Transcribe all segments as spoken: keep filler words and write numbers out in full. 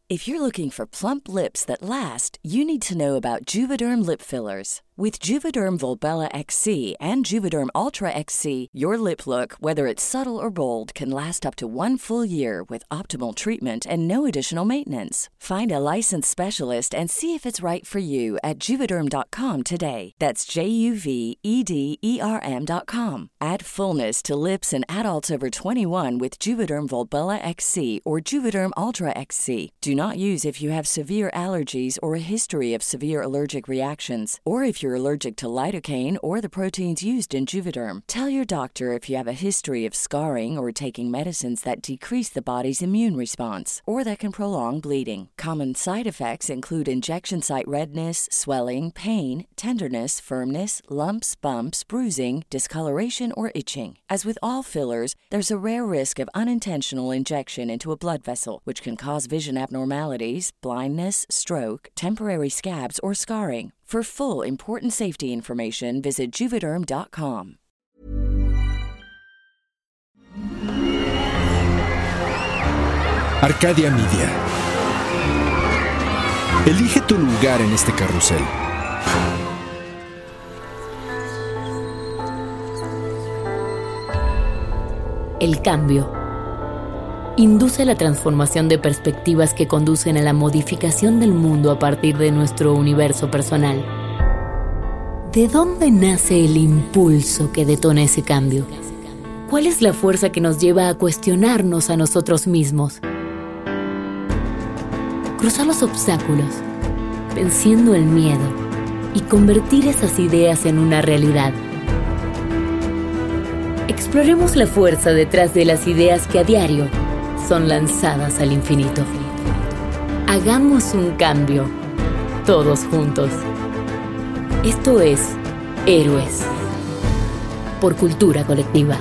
If you're looking for plump lips that last, you need to know about Juvederm lip fillers. With Juvederm Volbella X C and Juvederm Ultra X C, your lip look, whether it's subtle or bold, can last up to one full year with optimal treatment and no additional maintenance. Find a licensed specialist and see if it's right for you at Juvederm dot com today. That's J U V E D E R M dot com. Add fullness to lips in adults over twenty-one with Juvederm Volbella X C or Juvederm Ultra X C. Do not use if you have severe allergies or a history of severe allergic reactions, or if you're allergic to lidocaine or the proteins used in Juvederm. Tell your doctor if you have a history of scarring or taking medicines that decrease the body's immune response or that can prolong bleeding. Common side effects include injection site redness, swelling, pain, tenderness, firmness, lumps, bumps, bruising, discoloration, or itching. As with all fillers, there's a rare risk of unintentional injection into a blood vessel, which can cause vision abnormalities, blindness, stroke, temporary scabs, or scarring. For full, important safety information, visit Juvederm dot com. Arcadia Media. Elige tu lugar en este carrusel. El cambio induce la transformación de perspectivas que conducen a la modificación del mundo a partir de nuestro universo personal. ¿De dónde nace el impulso que detona ese cambio? ¿Cuál es la fuerza que nos lleva a cuestionarnos a nosotros mismos? Cruzar los obstáculos, venciendo el miedo y convertir esas ideas en una realidad. Exploremos la fuerza detrás de las ideas que a diario son lanzadas al infinito. Hagamos un cambio, todos juntos. Esto es Héroes, por Cultura Colectiva.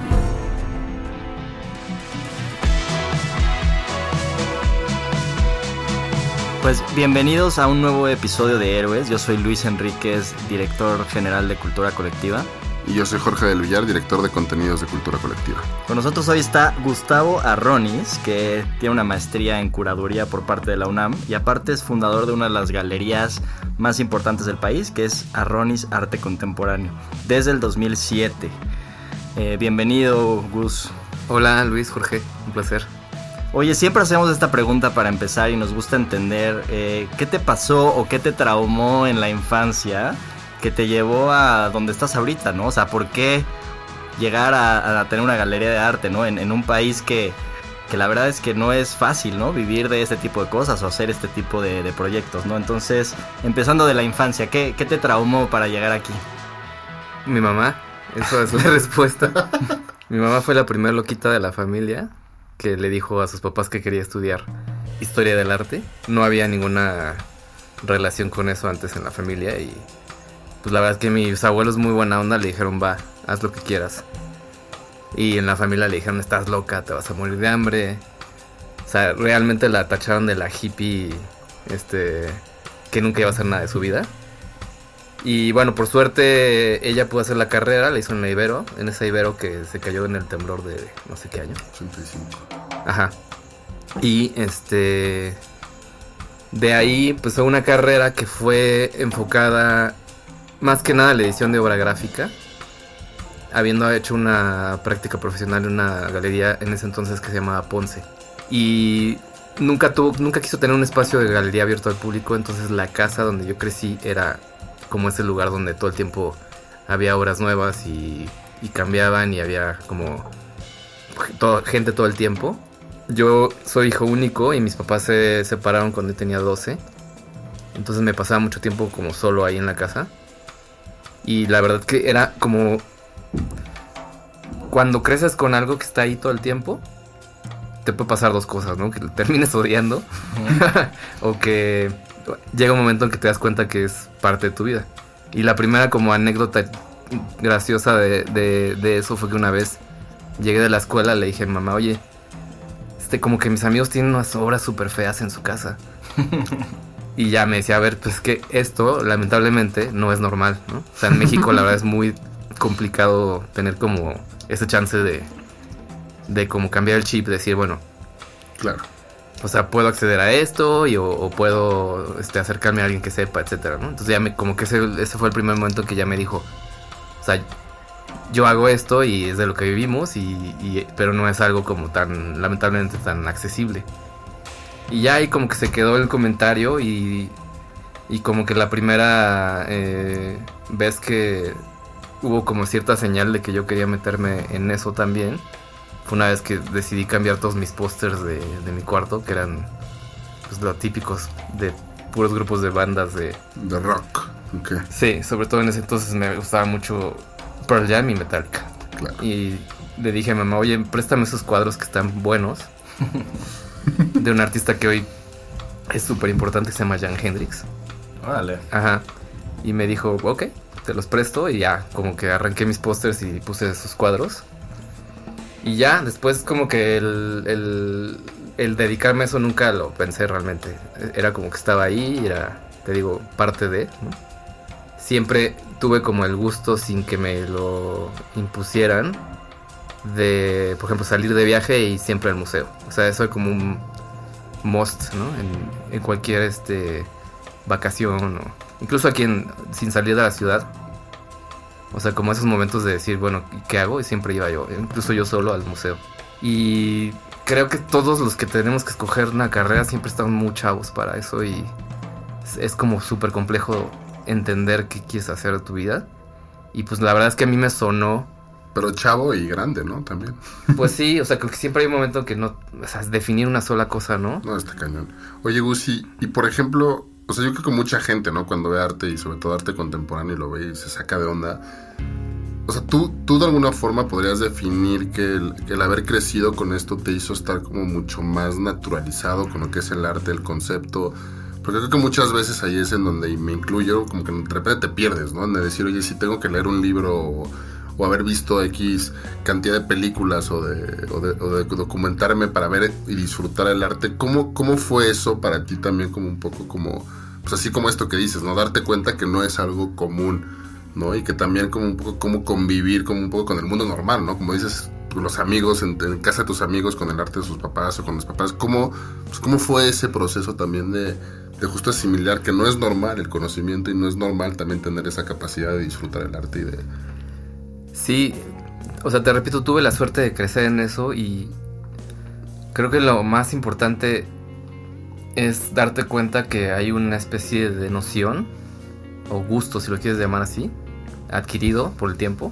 Pues bienvenidos a un nuevo episodio de Héroes. Yo soy Luis Enríquez, director general de Cultura Colectiva. Y yo soy Jorge del Villar, director de contenidos de Cultura Colectiva. Con nosotros hoy está Gustavo Arronis, que tiene una maestría en curaduría por parte de la UNAM y aparte es fundador de una de las galerías más importantes del país, que es Arronis Arte Contemporáneo, desde el dos mil siete. Eh, bienvenido, Gus. Hola, Luis, Jorge, un placer. Oye, siempre hacemos esta pregunta para empezar y nos gusta entender eh, qué te pasó o qué te traumó en la infancia que te llevó a donde estás ahorita, ¿no? O sea, ¿por qué llegar a, a tener una galería de arte, ¿no? En, en un país que, que la verdad es que no es fácil, ¿no? Vivir de este tipo de cosas o hacer este tipo de, de proyectos, ¿no? Entonces, empezando de la infancia, ¿qué, qué te traumó para llegar aquí? Mi mamá, eso es la respuesta. Mi mamá fue la primera loquita de la familia que le dijo a sus papás que quería estudiar historia del arte. No había ninguna relación con eso antes en la familia y pues la verdad es que mis abuelos muy buena onda le dijeron, va, haz lo que quieras. Y en la familia le dijeron, estás loca, te vas a morir de hambre. O sea, realmente la tacharon de la hippie, este, que nunca iba a hacer nada de su vida. Y bueno, por suerte ella pudo hacer la carrera, la hizo en la Ibero, en esa Ibero que se cayó en el temblor de no sé qué año. ochenta y cinco. Ajá. Y este, de ahí pues fue una carrera que fue enfocada más que nada la edición de obra gráfica, habiendo hecho una práctica profesional en una galería en ese entonces que se llamaba Ponce. Y nunca tuvo, nunca quiso tener un espacio de galería abierto al público, entonces la casa donde yo crecí era como ese lugar donde todo el tiempo había obras nuevas y, y cambiaban y había como todo, gente todo el tiempo. Yo soy hijo único y mis papás se separaron cuando yo tenía doce, entonces me pasaba mucho tiempo como solo ahí en la casa. Y la verdad que era como cuando creces con algo que está ahí todo el tiempo, te puede pasar dos cosas, ¿no? Que lo termines odiando uh-huh. O que llega un momento en que te das cuenta que es parte de tu vida. Y la primera como anécdota graciosa de, de, de eso fue que una vez llegué de la escuela, le dije a mi mamá, oye, este, como que mis amigos tienen unas obras súper feas en su casa. Y ya me decía, a ver, pues que esto lamentablemente no es normal, ¿no? O sea, en México la verdad es muy complicado tener como ese chance de, de como cambiar el chip, decir, bueno, claro, o sea, puedo acceder a esto y, o, o puedo este, acercarme a alguien que sepa, etcétera, ¿no? Entonces ya me, como que ese, ese fue el primer momento que ya me dijo, o sea, yo hago esto y es de lo que vivimos, y, y, pero no es algo como tan, lamentablemente, tan accesible. Y ya ahí como que se quedó el comentario y, y como que la primera eh, vez que hubo como cierta señal de que yo quería meterme en eso también, fue una vez que decidí cambiar todos mis pósters de, de mi cuarto, que eran pues lo típicos de puros grupos de bandas de... De rock, ok. Sí, sobre todo en ese entonces me gustaba mucho Pearl Jam y Metallica. Claro. Y le dije a mamá, oye, préstame esos cuadros que están buenos, de un artista que hoy es súper importante, que se llama Jan Hendrix. Órale. Ajá. Y me dijo, ok, te los presto, y ya, como que arranqué mis pósters y puse esos cuadros. Y ya, después como que el, el, el dedicarme a eso nunca lo pensé realmente. Era como que estaba ahí, era, te digo, parte de, ¿no? Siempre tuve como el gusto, sin que me lo impusieran, de, por ejemplo, salir de viaje y siempre al museo. O sea, eso es como un must, ¿no? En, en cualquier este vacación, o incluso aquí en, sin salir de la ciudad. O sea, como esos momentos de decir, bueno, ¿qué hago? Y siempre iba yo, incluso yo solo, al museo. Y creo que todos los que tenemos que escoger una carrera siempre estamos muy chavos para eso, y es, es como súper complejo entender qué quieres hacer de tu vida. Y pues la verdad es que a mí me sonó... Pero chavo y grande, ¿no? También. Pues sí, o sea, creo que siempre hay un momento que no... O sea, definir una sola cosa, ¿no? No, está cañón. Oye, Gus, y, y por ejemplo... O sea, yo creo que mucha gente, ¿no? Cuando ve arte, y sobre todo arte contemporáneo, y lo ve y se saca de onda. O sea, tú, tú de alguna forma podrías definir que el, que el haber crecido con esto te hizo estar como mucho más naturalizado con lo que es el arte, el concepto. Porque creo que muchas veces ahí es en donde, y me incluyo, como que de repente te pierdes, ¿no? En decir, oye, si tengo que leer un libro o, o haber visto X cantidad de películas o de, o, de, o de documentarme para ver y disfrutar el arte. ¿Cómo, cómo fue eso para ti también, como un poco como, pues así como esto que dices, ¿no? Darte cuenta que no es algo común, ¿no? Y que también como un poco cómo convivir como un poco con el mundo normal, ¿no? Como dices, los amigos, en, en casa de tus amigos, con el arte de sus papás o con los papás. ¿Cómo, pues, cómo fue ese proceso también de, de justo asimilar que no es normal el conocimiento y no es normal también tener esa capacidad de disfrutar el arte y de... Sí, o sea, te repito, tuve la suerte de crecer en eso, y creo que lo más importante es darte cuenta que hay una especie de noción, o gusto, si lo quieres llamar así, adquirido por el tiempo,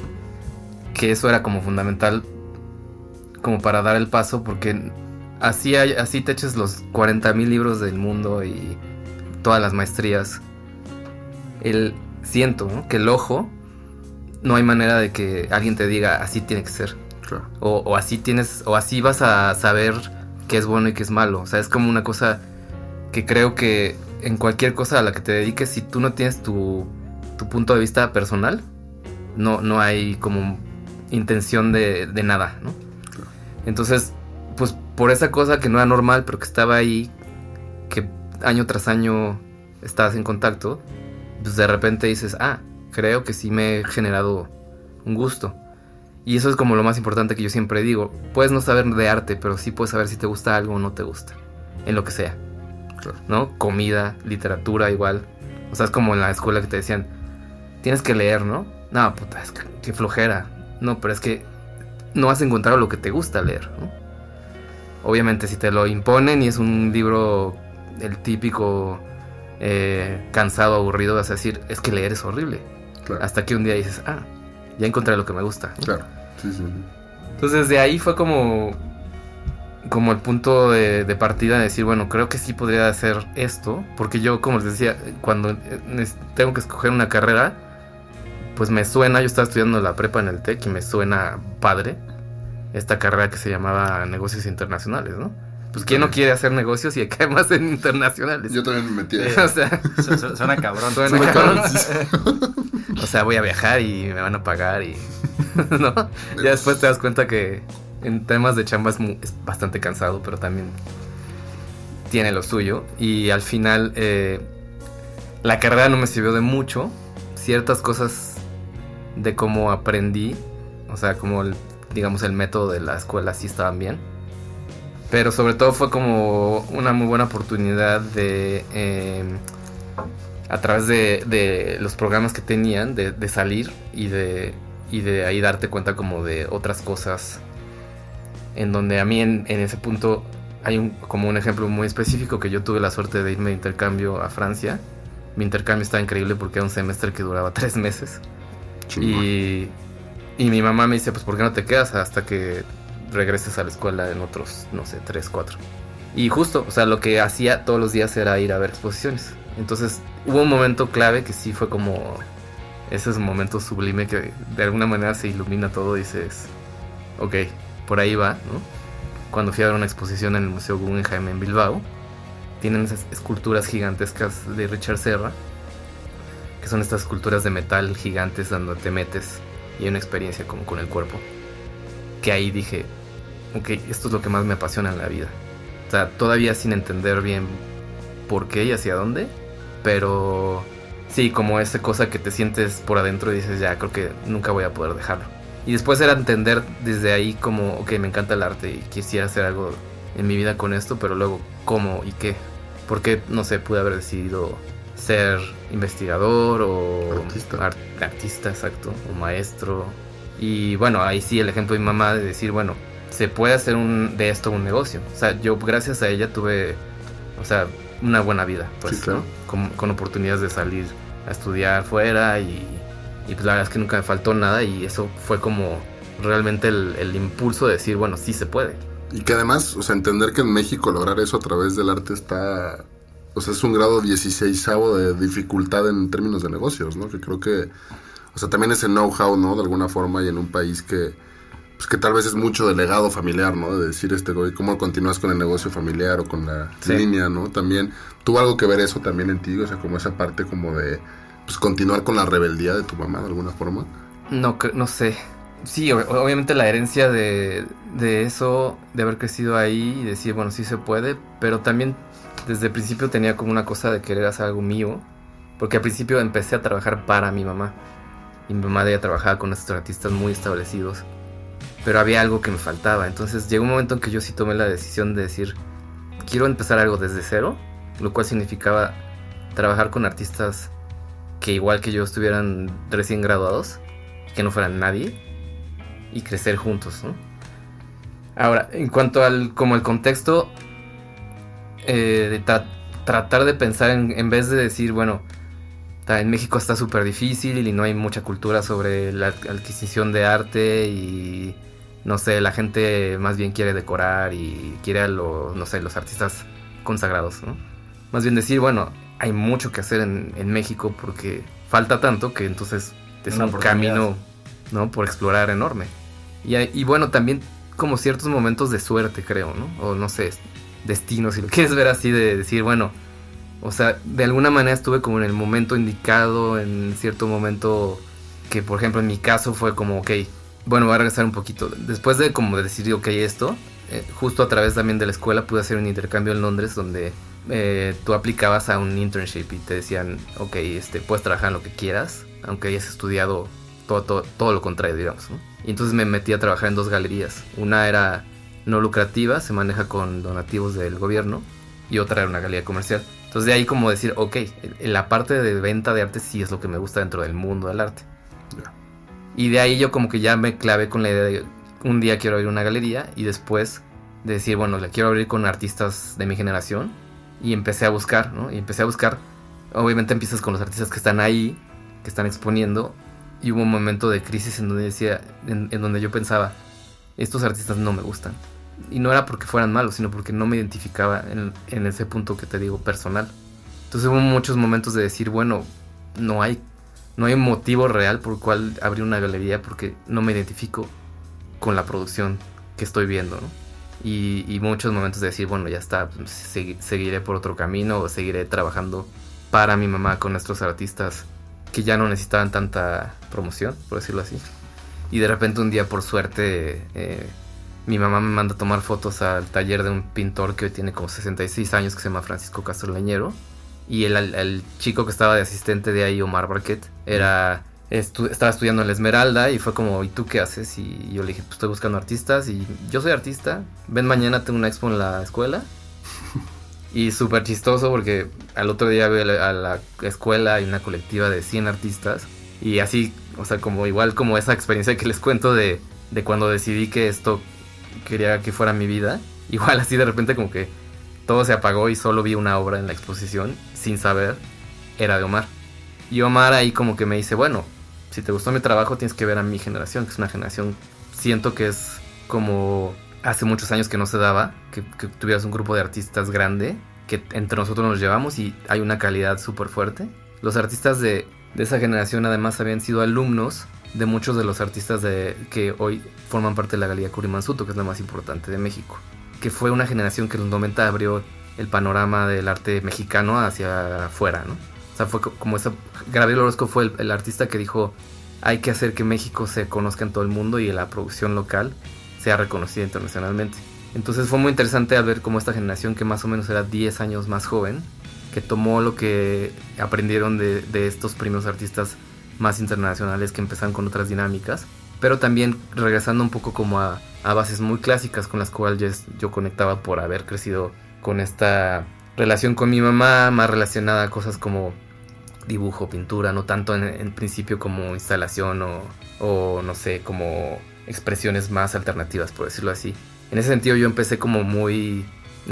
que eso era como fundamental como para dar el paso, porque así, hay, así te eches los cuarenta mil libros del mundo y todas las maestrías, el siento, ¿no? Que el ojo... No hay manera de que alguien te diga así tiene que ser. Claro. O, o así tienes, o así vas a saber qué es bueno y qué es malo. O sea, es como una cosa que creo que en cualquier cosa a la que te dediques, si tú no tienes tu, tu punto de vista personal, no, no hay como intención de, de nada, ¿no? Claro. Entonces, pues por esa cosa que no era normal, pero que estaba ahí, que año tras año estabas en contacto, pues de repente dices, ah, creo que sí me he generado un gusto. Y eso es como lo más importante que yo siempre digo. Puedes no saber de arte, pero sí puedes saber si te gusta algo o no te gusta. En lo que sea. Claro. ¿No? Comida, literatura, igual. O sea, es como en la escuela que te decían, tienes que leer, ¿no? No, puta, es que qué flojera. No, pero es que no has encontrado lo que te gusta leer, ¿no? Obviamente si te lo imponen y es un libro, el típico eh, cansado, aburrido, vas a decir, es que leer es horrible. Claro. Hasta que un día dices, ah, ya encontré lo que me gusta, ¿no? Claro, sí, sí, sí. Entonces de ahí fue como, como el punto de, de partida de decir, bueno, creo que sí podría hacer esto. Porque yo, como les decía, cuando tengo que escoger una carrera, pues me suena, yo estaba estudiando la prepa en el TEC y me suena padre esta carrera que se llamaba Negocios Internacionales, ¿no? Pues ¿quién no quiere hacer negocios y acá más en internacionales? Yo también me metí. Eh, o sea, Su- su- Suena cabrón. suena Suena cabrón. cabrón. O sea, voy a viajar y me van a pagar y... ¿no? Ya después te das cuenta que en temas de chamba es, muy, es bastante cansado, pero también tiene lo suyo. Y al final eh, la carrera no me sirvió de mucho. Ciertas cosas de cómo aprendí, o sea, como el, digamos el método de la escuela sí estaban bien. Pero sobre todo fue como una muy buena oportunidad de, eh, a través de, de los programas que tenían, de, de salir y de, y de ahí darte cuenta como de otras cosas. En donde a mí en, en ese punto hay un, como un ejemplo muy específico, que yo tuve la suerte de irme de intercambio a Francia. Mi intercambio estaba increíble porque era un semestre que duraba tres meses. Y, y mi mamá me dice, pues ¿por qué no te quedas hasta que regreses a la escuela en otros, no sé, tres, cuatro? Y justo, o sea, lo que hacía todos los días era ir a ver exposiciones. Entonces hubo un momento clave que sí fue como ese es un momento sublime que de alguna manera se ilumina todo y dices, ok, por ahí va, ¿no? Cuando fui a ver una exposición en el Museo Guggenheim en Bilbao, tienen esas esculturas gigantescas de Richard Serra, que son estas esculturas de metal gigantes donde te metes y hay una experiencia como con el cuerpo. Que ahí dije, ok, esto es lo que más me apasiona en la vida. O sea, todavía sin entender bien por qué y hacia dónde, pero sí, como esa cosa que te sientes por adentro y dices, ya, creo que nunca voy a poder dejarlo. Y después era entender desde ahí como, ok, me encanta el arte y quisiera hacer algo en mi vida con esto, pero luego, ¿cómo y qué? Porque, no sé, pude haber decidido ser investigador o artista. Art, artista, exacto, o maestro. Y bueno, ahí sí el ejemplo de mi mamá de decir, bueno, se puede hacer un, de esto un negocio. O sea, yo gracias a ella tuve, o sea, una buena vida, pues, sí, claro. ¿no? Con, con oportunidades de salir a estudiar fuera y, y pues la verdad es que nunca me faltó nada y eso fue como realmente el, el impulso de decir, bueno, sí se puede. Y que además, o sea, entender que en México lograr eso a través del arte está... O sea, es un grado dieciseisavo de dificultad en términos de negocios, ¿no? Que creo que... O sea, también ese know-how, ¿no? De alguna forma y en un país que... Pues que tal vez es mucho de legado familiar, ¿no? De decir, este, güey, ¿cómo continúas con el negocio familiar o con la sí. línea, ¿no? También, ¿tuvo algo que ver eso también en ti? O sea, como esa parte como de... Pues continuar con la rebeldía de tu mamá, de alguna forma. No, no sé... Sí, obviamente la herencia de, de eso, de haber crecido ahí y decir, bueno, sí se puede, pero también desde el principio tenía como una cosa de querer hacer algo mío, porque al principio empecé a trabajar para mi mamá, y mi mamá ya trabajaba con estos artistas muy establecidos, pero había algo que me faltaba, entonces llegó un momento en que yo sí tomé la decisión de decir, quiero empezar algo desde cero, lo cual significaba trabajar con artistas que igual que yo estuvieran recién graduados, que no fueran nadie, y crecer juntos, ¿no? Ahora, en cuanto al como el contexto, eh, de tra- tratar de pensar en, en vez de decir, bueno, en México está súper difícil y no hay mucha cultura sobre la adquisición de arte y, no sé, la gente más bien quiere decorar y quiere a los, no sé, los artistas consagrados, ¿no? Más bien decir, bueno, hay mucho que hacer en, en México porque falta tanto que entonces es un camino, ¿no?, por explorar enorme. Y, y bueno, también como ciertos momentos de suerte, creo, ¿no? O no sé, destino, si lo quieres ver así, de decir, bueno, o sea, de alguna manera estuve como en el momento indicado, en cierto momento que, por ejemplo, en mi caso fue como, ok, bueno, voy a regresar un poquito. Después de como de decir, ok, esto, eh, justo a través también de la escuela pude hacer un intercambio en Londres donde eh, tú aplicabas a un internship y te decían, ok, este, puedes trabajar en lo que quieras, aunque hayas estudiado todo, todo, todo lo contrario, digamos, ¿no? Y entonces me metí a trabajar en dos galerías. Una era no lucrativa, se maneja con donativos del gobierno, y otra era una galería comercial. Entonces de ahí como decir, ok, la parte de venta de arte sí es lo que me gusta dentro del mundo del arte. Yeah. Y de ahí yo como que ya me clavé con la idea de un día quiero abrir una galería, y después de decir, bueno, la quiero abrir con artistas de mi generación, y empecé a buscar, ¿no? Y empecé a buscar, obviamente empiezas con los artistas que están ahí, que están exponiendo, y hubo un momento de crisis en donde decía, en, en donde yo pensaba, estos artistas no me gustan. Y no era porque fueran malos, sino porque no me identificaba en, en ese punto que te digo, personal. Entonces hubo muchos momentos de decir, bueno, no hay, no hay un motivo real por el cual abrir una galería, porque no me identifico con la producción que estoy viendo, ¿no? Y, y muchos momentos de decir, bueno, ya está, segui- seguiré por otro camino, o seguiré trabajando para mi mamá con nuestros artistas que ya no necesitaban tanta promoción, por decirlo así. Y de repente un día, por suerte, eh, mi mamá me manda a tomar fotos al taller de un pintor que hoy tiene como sesenta y seis años, que se llama Francisco Castro Leñero. Y el, el, el chico que estaba de asistente de ahí, Omar Barquet, era estu- estaba estudiando en la Esmeralda y fue como, ¿y tú qué haces? Y yo le dije, pues estoy buscando artistas y yo soy artista, ven mañana, tengo una expo en la escuela. Y súper chistoso porque al otro día voy a la, a la escuela, hay una colectiva de cien artistas y así, o sea, como igual como esa experiencia que les cuento de, de cuando decidí que esto quería que fuera mi vida, igual así de repente como que todo se apagó y solo vi una obra en la exposición sin saber, era de Omar. Y Omar ahí como que me dice, bueno, si te gustó mi trabajo tienes que ver a mi generación, que es una generación, siento que es como hace muchos años que no se daba, que, que tuvieras un grupo de artistas grande, que entre nosotros nos llevamos y hay una calidad súper fuerte. Los artistas de, de esa generación además habían sido alumnos de muchos de los artistas de, que hoy forman parte de la Galería Kurimansuto, que es la más importante de México, que fue una generación que en los noventa abrió el panorama del arte mexicano hacia afuera, ¿no? O sea, fue como esa... Gabriel Orozco fue el, el artista que dijo, hay que hacer que México se conozca en todo el mundo y la producción local sea reconocida internacionalmente. Entonces fue muy interesante al ver cómo esta generación, que más o menos era diez años más joven, que tomó lo que aprendieron de, de estos primeros artistas más internacionales que empezaron con otras dinámicas, pero también regresando un poco como a, a bases muy clásicas con las cuales yo conectaba por haber crecido con esta relación con mi mamá, más relacionada a cosas como dibujo, pintura, no tanto en, en principio como instalación o, o no sé, como expresiones más alternativas, por decirlo así. En ese sentido yo empecé como muy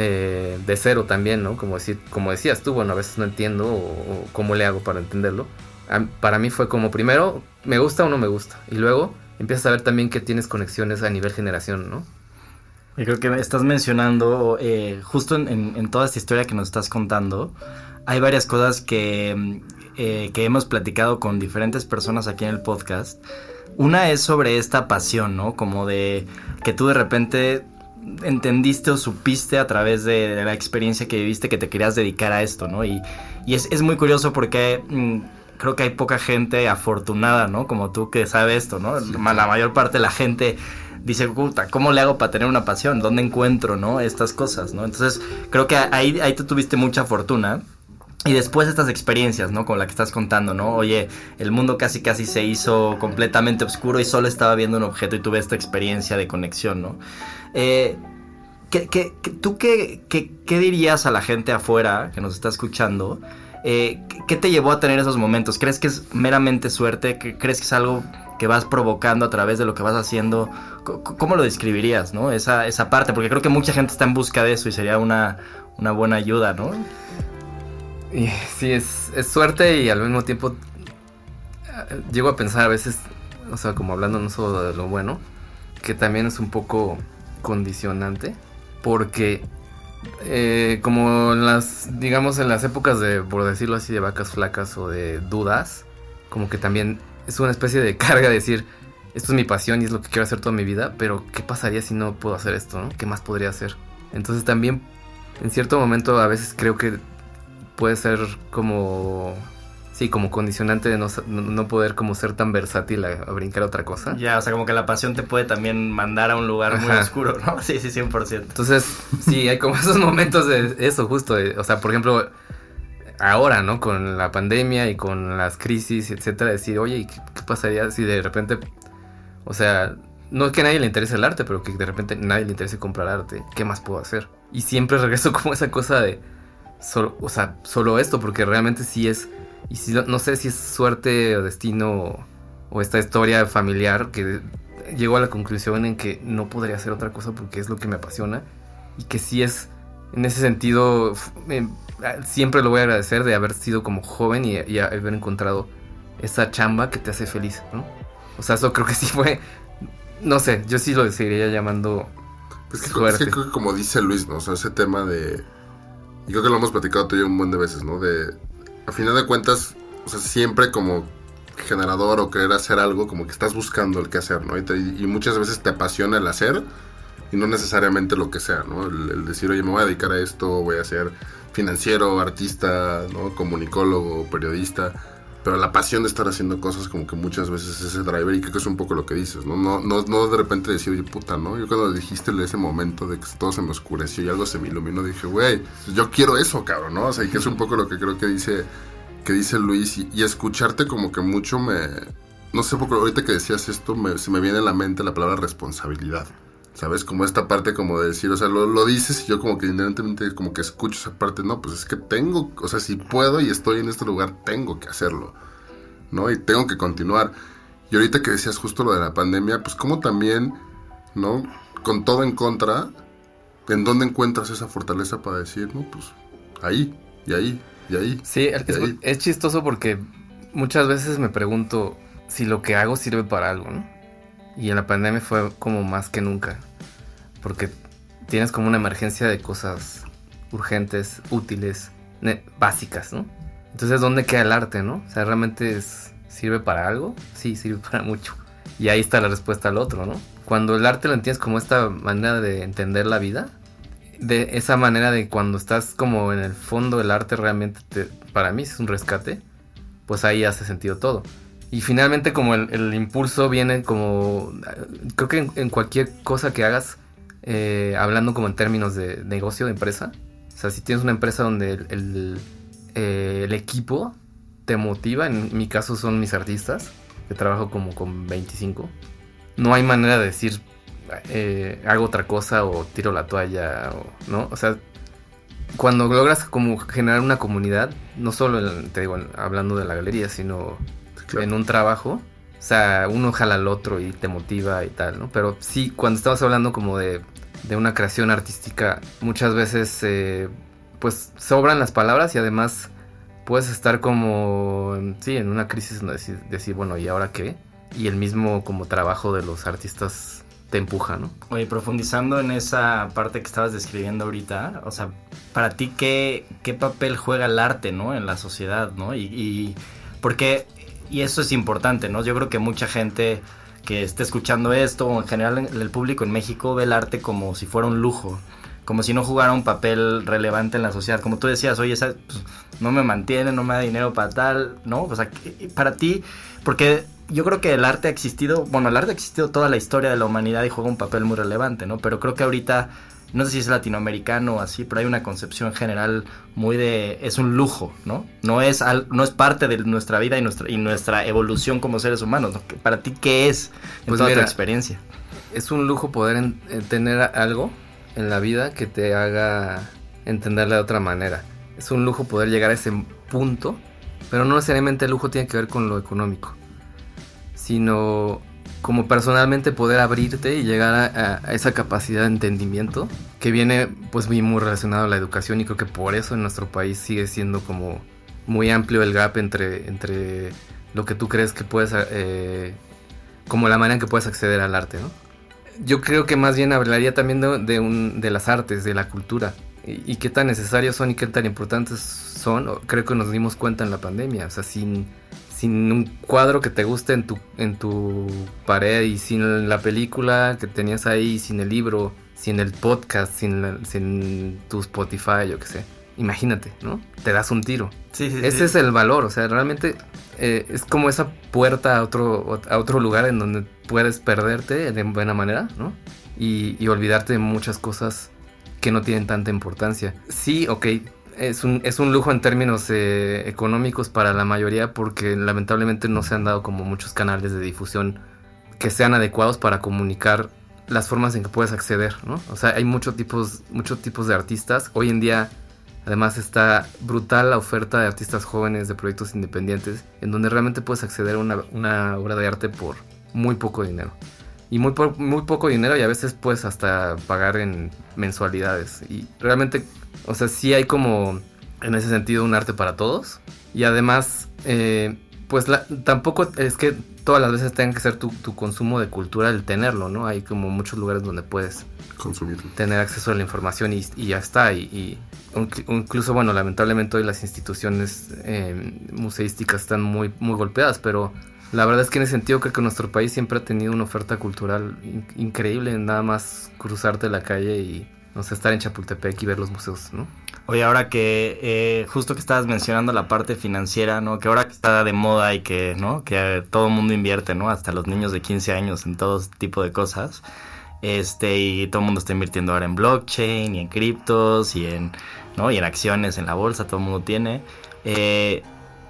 eh, de cero también, ¿no? Como, decir, como decías tú, bueno, a veces no entiendo o, o cómo le hago para entenderlo. A, para mí fue como primero, me gusta o no me gusta, y luego empiezas a ver también que tienes conexiones a nivel generación, ¿no? Yo creo que estás mencionando, eh, justo en, en, en toda esta historia que nos estás contando, hay varias cosas que, eh, que hemos platicado con diferentes personas aquí en el podcast. Una es sobre esta pasión, ¿no? Como de que tú de repente entendiste o supiste a través de, de la experiencia que viviste que te querías dedicar a esto, ¿no? Y, y es, es muy curioso porque mmm, creo que hay poca gente afortunada, ¿no? Como tú que sabe esto, ¿no? Sí. La mayor parte de la gente dice, puta, ¿cómo le hago para tener una pasión? ¿Dónde encuentro, no? Estas cosas, ¿no? Entonces creo que ahí, ahí tú tuviste mucha fortuna. Y después estas experiencias, ¿no? Como la que estás contando, ¿no? Oye, el mundo casi casi se hizo completamente oscuro y solo estaba viendo un objeto y tuve esta experiencia de conexión, ¿no? Eh, ¿qué, qué, qué, ¿Tú qué, qué, qué dirías a la gente afuera que nos está escuchando? Eh, ¿Qué te llevó a tener esos momentos? ¿Crees que es meramente suerte? ¿Crees que es algo que vas provocando a través de lo que vas haciendo? ¿Cómo lo describirías, no? Esa, esa parte, porque creo que mucha gente está en busca de eso y sería una, una buena ayuda, ¿no? Y sí, es, es suerte y al mismo tiempo eh, llego a pensar a veces, o sea, como hablando no solo de lo bueno, que también es un poco condicionante, porque eh, como en las, digamos, en las épocas de, por decirlo así, de vacas flacas o de dudas, como que también es una especie de carga de decir, esto es mi pasión y es lo que quiero hacer toda mi vida, pero ¿qué pasaría si no puedo hacer esto, no? ¿Qué más podría hacer? Entonces también, en cierto momento, a veces creo que puede ser como, sí, como condicionante de no, no poder como ser tan versátil a, a brincar a otra cosa. Ya, o sea, como que la pasión te puede también mandar a un lugar Ajá. muy oscuro, ¿no? Sí, sí, cien por ciento. Entonces, sí, hay como esos momentos de eso, justo, de, o sea, por ejemplo, ahora, ¿no? Con la pandemia y con las crisis, etcétera, decir, oye, ¿qué, qué pasaría si de repente, o sea, no es que a nadie le interese el arte, pero que de repente a nadie le interese comprar arte, ¿qué más puedo hacer? Y siempre regreso como esa cosa de, solo, o sea, solo esto, porque realmente sí es, y si, no sé si es suerte o destino o, o esta historia familiar que llego a la conclusión en que no podría hacer otra cosa porque es lo que me apasiona y que sí es, en ese sentido, eh, siempre lo voy a agradecer de haber sido como joven y, y haber encontrado esa chamba que te hace feliz, ¿no? O sea, eso creo que sí fue, no sé, yo sí lo seguiría llamando es que, suerte. Es que creo que como dice Luis, ¿no? O sea, ese tema de... Y creo que lo hemos platicado tú y yo un buen de veces, ¿no? De, a final de cuentas, o sea, siempre como generador o querer hacer algo, como que estás buscando el qué hacer, ¿no? Y, te, y muchas veces te apasiona el hacer y no necesariamente lo que sea, ¿no? El, el decir, oye, me voy a dedicar a esto, voy a ser financiero, artista, ¿no? Comunicólogo, periodista. Pero la pasión de estar haciendo cosas como que muchas veces es ese driver y creo que es un poco lo que dices, ¿no? No, no, no de repente decir, oye, puta, ¿no? Yo cuando dijiste ese momento de que todo se me oscureció y algo se me iluminó, dije, güey, yo quiero eso, cabrón, ¿no? O sea, y que es un poco lo que creo que dice, que dice Luis y, y escucharte como que mucho me, no sé, porque ahorita que decías esto, me, se me viene a la mente la palabra responsabilidad. ¿Sabes? Como esta parte como de decir, o sea, lo, lo dices y yo como que inherentemente como que escucho esa parte, no, pues es que tengo, o sea, si puedo y estoy en este lugar, tengo que hacerlo, ¿no? Y tengo que continuar. Y ahorita que decías justo lo de la pandemia, pues como también, ¿no? Con todo en contra, ¿en dónde encuentras esa fortaleza para decir, no, pues ahí, y ahí, y ahí? Sí, es, y ahí. es chistoso porque muchas veces me pregunto si lo que hago sirve para algo, ¿no? Y en la pandemia fue como más que nunca. Porque tienes como una emergencia de cosas urgentes, útiles, ne- básicas, ¿no? Entonces, ¿dónde queda el arte, no? O sea, ¿realmente es, sirve para algo? Sí, sirve para mucho. Y ahí está la respuesta al otro, ¿no? Cuando el arte lo entiendes como esta manera de entender la vida, de esa manera de cuando estás como en el fondo del arte realmente, te, para mí es un rescate, pues ahí hace sentido todo. Y finalmente como el, el impulso viene como, creo que en, en cualquier cosa que hagas, eh, hablando como en términos de negocio, de empresa, o sea, si tienes una empresa donde el, el, eh, el equipo te motiva, en mi caso son mis artistas, que trabajo como con veinticinco, no hay manera de decir, eh, hago otra cosa o tiro la toalla, o, ¿no? O sea, cuando logras como generar una comunidad, no solo, en, te digo, en, hablando de la galería, sino claro, en un trabajo, o sea, uno jala al otro y te motiva y tal, ¿no? Pero sí, cuando estamos hablando como de, de una creación artística, muchas veces, eh, pues, sobran las palabras y además puedes estar como, sí, en una crisis donde decir, decir, bueno, ¿y ahora qué? Y el mismo como trabajo de los artistas te empuja, ¿no? Oye, profundizando en esa parte que estabas describiendo ahorita, o sea, para ti, ¿qué, qué papel juega el arte, ¿no? En la sociedad, ¿no? Y, y porque... Y eso es importante, ¿no? Yo creo que mucha gente que esté escuchando esto, o en general el público en México, ve el arte como si fuera un lujo, como si no jugara un papel relevante en la sociedad. Como tú decías, oye, esa, pues, no me mantiene, no me da dinero para tal, ¿no? O sea, para ti, porque yo creo que el arte ha existido, bueno, el arte ha existido toda la historia de la humanidad y juega un papel muy relevante, ¿no? Pero creo que ahorita, no sé si es latinoamericano o así, pero hay una concepción general muy de, es un lujo, ¿no? No es, al, no es parte de nuestra vida y nuestra, y nuestra evolución como seres humanos, ¿no? Para ti, ¿qué es en pues toda mira, tu experiencia? Es un lujo poder en, en tener algo en la vida que te haga entenderla de otra manera. Es un lujo poder llegar a ese punto, pero no necesariamente el lujo tiene que ver con lo económico, sino como personalmente poder abrirte y llegar a, a esa capacidad de entendimiento que viene pues muy, muy relacionado a la educación, y creo que por eso en nuestro país sigue siendo como muy amplio el gap entre, entre lo que tú crees que puedes, eh, como la manera en que puedes acceder al arte, ¿no? Yo creo que más bien hablaría también de, de, un, de las artes, de la cultura, y, y qué tan necesarios son y qué tan importantes son. Creo que nos dimos cuenta en la pandemia, o sea, sin... sin un cuadro que te guste en tu, en tu pared, y sin la película que tenías ahí, sin el libro, sin el podcast, sin, la, sin tu Spotify, yo qué sé. Imagínate, ¿no? Te das un tiro. Sí, sí, Ese sí. es el valor, o sea, realmente eh, es como esa puerta a otro, a otro lugar en donde puedes perderte de buena manera, ¿no? Y, y olvidarte de muchas cosas que no tienen tanta importancia. Sí, ok, es un, es un lujo en términos eh, económicos para la mayoría, porque lamentablemente no se han dado como muchos canales de difusión que sean adecuados para comunicar las formas en que puedes acceder, ¿no? O sea, hay muchos tipos, muchos tipos de artistas. Hoy en día, además, está brutal la oferta de artistas jóvenes, de proyectos independientes, en donde realmente puedes acceder a una, una obra de arte por muy poco dinero. Y muy, po- muy poco dinero, y a veces puedes hasta pagar en mensualidades. Y realmente, o sea, sí hay como, en ese sentido, un arte para todos. Y además, eh, pues la, tampoco es que todas las veces tenga que ser tu, tu consumo de cultura el tenerlo, ¿no? Hay como muchos lugares donde puedes Consumirlo. tener acceso a la información y, y ya está. Y, y incluso, bueno, lamentablemente hoy las instituciones eh, museísticas están muy, muy golpeadas, pero la verdad es que en ese sentido creo que nuestro país siempre ha tenido una oferta cultural in- increíble. Nada más cruzarte la calle y, no sé, estar en Chapultepec y ver los museos, ¿no? Oye, ahora que eh, justo que estabas mencionando la parte financiera, ¿no? Que ahora que está de moda y que, ¿no? Que todo el mundo invierte, ¿no? Hasta los niños de quince años en todo tipo de cosas. Este, y todo el mundo está invirtiendo ahora en blockchain y en criptos y en, ¿no? Y en acciones en la bolsa, todo el mundo tiene. Eh,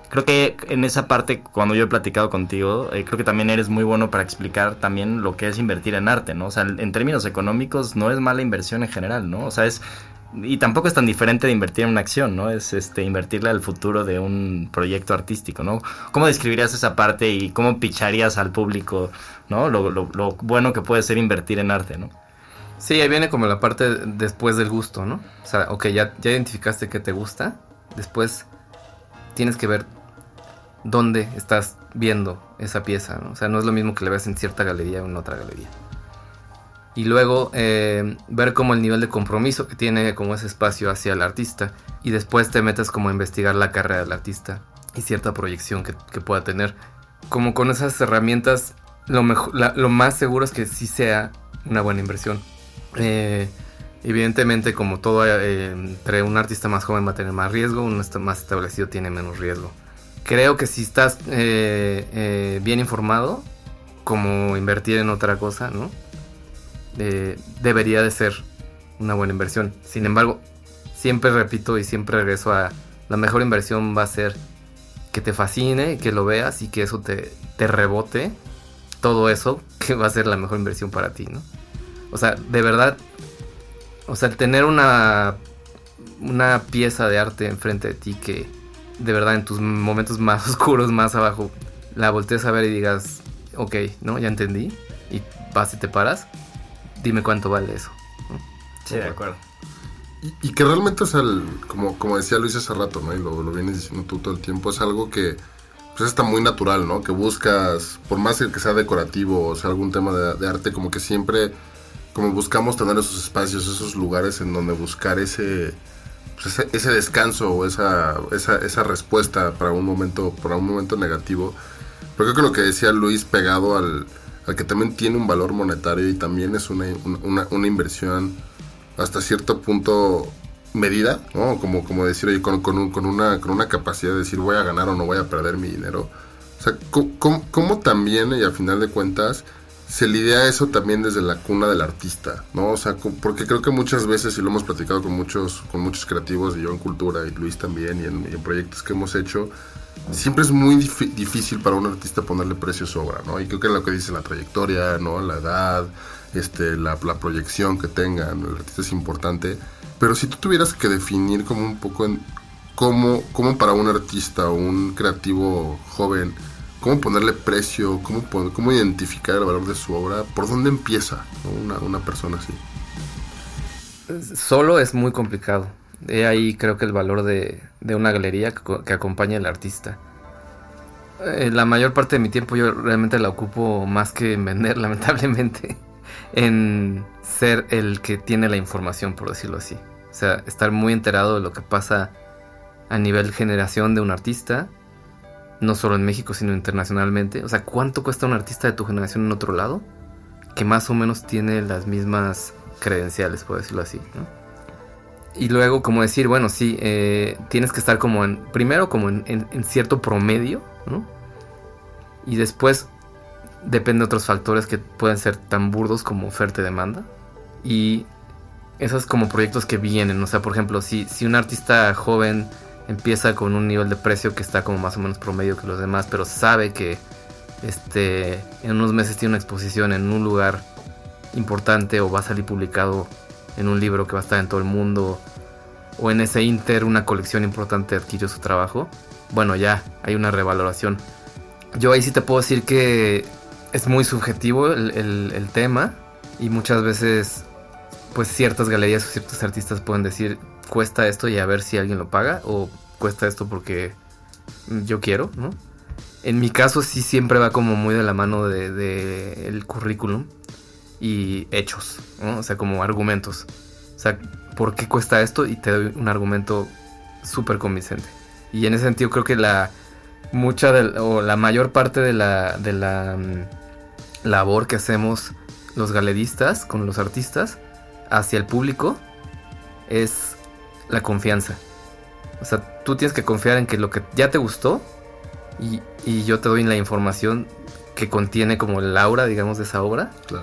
creo que en esa parte, cuando yo he platicado contigo, eh, creo que también eres muy bueno para explicar también lo que es invertir en arte, ¿no? O sea, en términos económicos no es mala inversión en general, ¿no? O sea, es... Y tampoco es tan diferente de invertir en una acción, ¿no? Es este invertirle al futuro de un proyecto artístico, ¿no? ¿Cómo describirías esa parte y cómo picharías al público, ¿no? Lo, lo, lo bueno que puede ser invertir en arte, ¿no? Sí, ahí viene como la parte después del gusto, ¿no? O sea, ok, ya, ya identificaste que te gusta, después tienes que ver dónde estás viendo esa pieza, ¿no? O sea, no es lo mismo que la veas en cierta galería o en otra galería. Y luego eh, ver como el nivel de compromiso que tiene como ese espacio hacia el artista. Y después te metes como a investigar la carrera del artista y cierta proyección que, que pueda tener. Como con esas herramientas, lo, mejor, la, lo más seguro es que sí sea una buena inversión. Eh, evidentemente, como todo, eh, entre un artista más joven va a tener más riesgo, un más establecido tiene menos riesgo. Creo que si estás eh, eh, bien informado, como invertir en otra cosa, ¿no? Eh, debería de ser una buena inversión. Sin embargo, siempre repito y siempre regreso a la mejor inversión va a ser que te fascine, que lo veas y que eso te, te rebote todo eso, que va a ser la mejor inversión para ti, ¿no? O sea, de verdad, o sea, tener una una pieza de arte enfrente de ti que de verdad en tus momentos más oscuros, más abajo, la voltees a ver y digas, ok, ¿no? Ya entendí, y vas y te paras. Dime cuánto vale eso, ¿no? Sí, de acuerdo. Y, y que realmente es el, como, como decía Luis hace rato, ¿no? Y lo, lo vienes diciendo tú todo el tiempo, es algo que pues está muy natural, ¿no? Que buscas, por más que sea decorativo o sea algún tema de, de arte, como que siempre como buscamos tener esos espacios, esos lugares en donde buscar ese pues ese, ese descanso o esa, esa, esa respuesta para un momento, para un momento negativo. Pero creo que lo que decía Luis pegado al al que también tiene un valor monetario y también es una, una, una inversión hasta cierto punto medida, ¿no? Como, como decir, oye, con, con, un, con, una, con una capacidad de decir voy a ganar o no voy a perder mi dinero. O sea, ¿cómo, cómo también, y al final de cuentas, se lidia eso también desde la cuna del artista, ¿no? O sea, porque creo que muchas veces, y lo hemos platicado con muchos, con muchos creativos, y yo en Cultura, y Luis también, y en, y en proyectos que hemos hecho, siempre es muy dif- difícil para un artista ponerle precio a su obra, ¿no? Y creo que es lo que dice la trayectoria, ¿no? La edad, este, la, la proyección que tengan, el artista es importante. Pero si tú tuvieras que definir como un poco en cómo, cómo para un artista o un creativo joven, cómo ponerle precio, cómo, cómo identificar el valor de su obra, ¿por dónde empieza, ¿no? una, una persona así? Solo es muy complicado. De ahí creo que el valor de, de una galería que, que acompaña al artista. Eh, la mayor parte de mi tiempo yo realmente la ocupo más que en vender, lamentablemente, en ser el que tiene la información, por decirlo así. O sea, estar muy enterado de lo que pasa a nivel generación de un artista, no solo en México, sino internacionalmente. O sea, ¿cuánto cuesta un artista de tu generación en otro lado? Que más o menos tiene las mismas credenciales, por decirlo así, ¿no? Y luego como decir, bueno, sí, eh, tienes que estar como en, primero como en, en, en cierto promedio, ¿no? Y después depende de otros factores que pueden ser tan burdos como oferta y demanda. Y esos como proyectos que vienen, o sea, por ejemplo, si, si un artista joven empieza con un nivel de precio que está como más o menos promedio que los demás, pero sabe que este, en unos meses tiene una exposición en un lugar importante o va a salir publicado en un libro que va a estar en todo el mundo, o en ese inter una colección importante adquirió su trabajo, bueno, ya hay una revaloración. Yo ahí sí te puedo decir que es muy subjetivo el, el, el tema, y muchas veces pues ciertas galerías o ciertos artistas pueden decir cuesta esto y a ver si alguien lo paga, o cuesta esto porque yo quiero, ¿no? En mi caso sí siempre va como muy de la mano de, de el currículum y hechos, ¿no? O sea, como argumentos. O sea, ¿por qué cuesta esto? Y te doy un argumento súper convincente. Y en ese sentido creo que la mucha de, o la mayor parte de la, de la um, labor que hacemos los galeristas con los artistas hacia el público es la confianza. O sea, tú tienes que confiar en que lo que ya te gustó y, y yo te doy la información que contiene como el aura, digamos, de esa obra. Claro.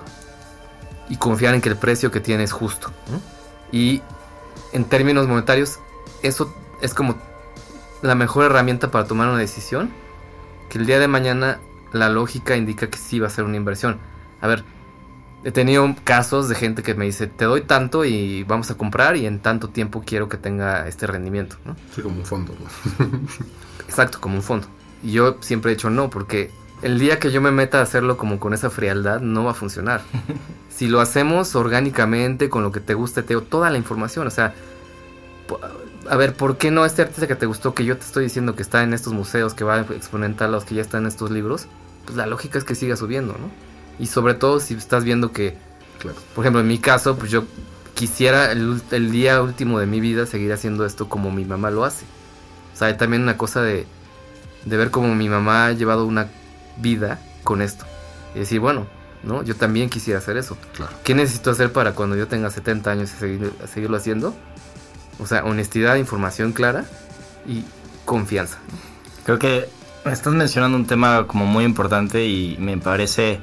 Y confiar en que el precio que tiene es justo, ¿no? Y en términos monetarios, eso es como la mejor herramienta para tomar una decisión, que el día de mañana la lógica indica que sí va a ser una inversión. A ver, he tenido casos de gente que me dice, te doy tanto y vamos a comprar y en tanto tiempo quiero que tenga este rendimiento, ¿no? Sí, como un fondo, ¿no? Exacto, como un fondo. Y yo siempre he dicho no, porque el día que yo me meta a hacerlo como con esa frialdad, no va a funcionar. Si lo hacemos orgánicamente, con lo que te guste, te doy toda la información. O sea, a ver, ¿por qué no este artista que te gustó, que yo te estoy diciendo que está en estos museos, que va a exponenciar los que ya están en estos libros? Pues la lógica es que siga subiendo, ¿no? Y sobre todo si estás viendo que, claro, por ejemplo, en mi caso, pues yo quisiera el, el día último de mi vida seguir haciendo esto como mi mamá lo hace. O sea, hay también una cosa de, de ver cómo mi mamá ha llevado una vida con esto. Y decir, bueno, ¿no? Yo también quisiera hacer eso. Claro. ¿Qué necesito hacer para cuando yo tenga setenta años y seguir, seguirlo haciendo? O sea, honestidad, información clara y confianza. Creo que estás mencionando un tema como muy importante y me parece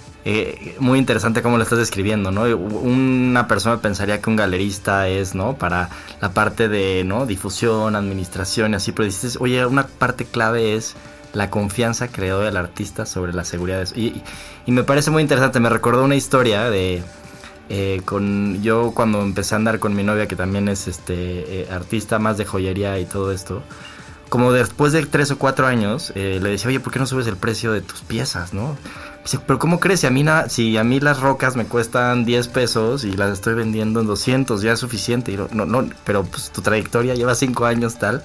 eh, muy interesante cómo lo estás describiendo, ¿no? Una persona pensaría que un galerista es, ¿no? Para la parte de, ¿no? Difusión, administración y así, pero dices, oye, una parte clave es la confianza creada del artista sobre la seguridad de eso. Y, y, y me parece muy interesante, me recordó una historia de... Eh, con yo cuando empecé a andar con mi novia, que también es este eh, artista más de joyería y todo esto, como después de tres o cuatro años eh, le decía, oye, ¿por qué no subes el precio de tus piezas, no? Dice, pero ¿cómo crees? Si a mí, na- si a mí las rocas me cuestan diez pesos y las estoy vendiendo en doscientos, ya es suficiente. Y no, no, no, pero pues tu trayectoria lleva cinco años tal.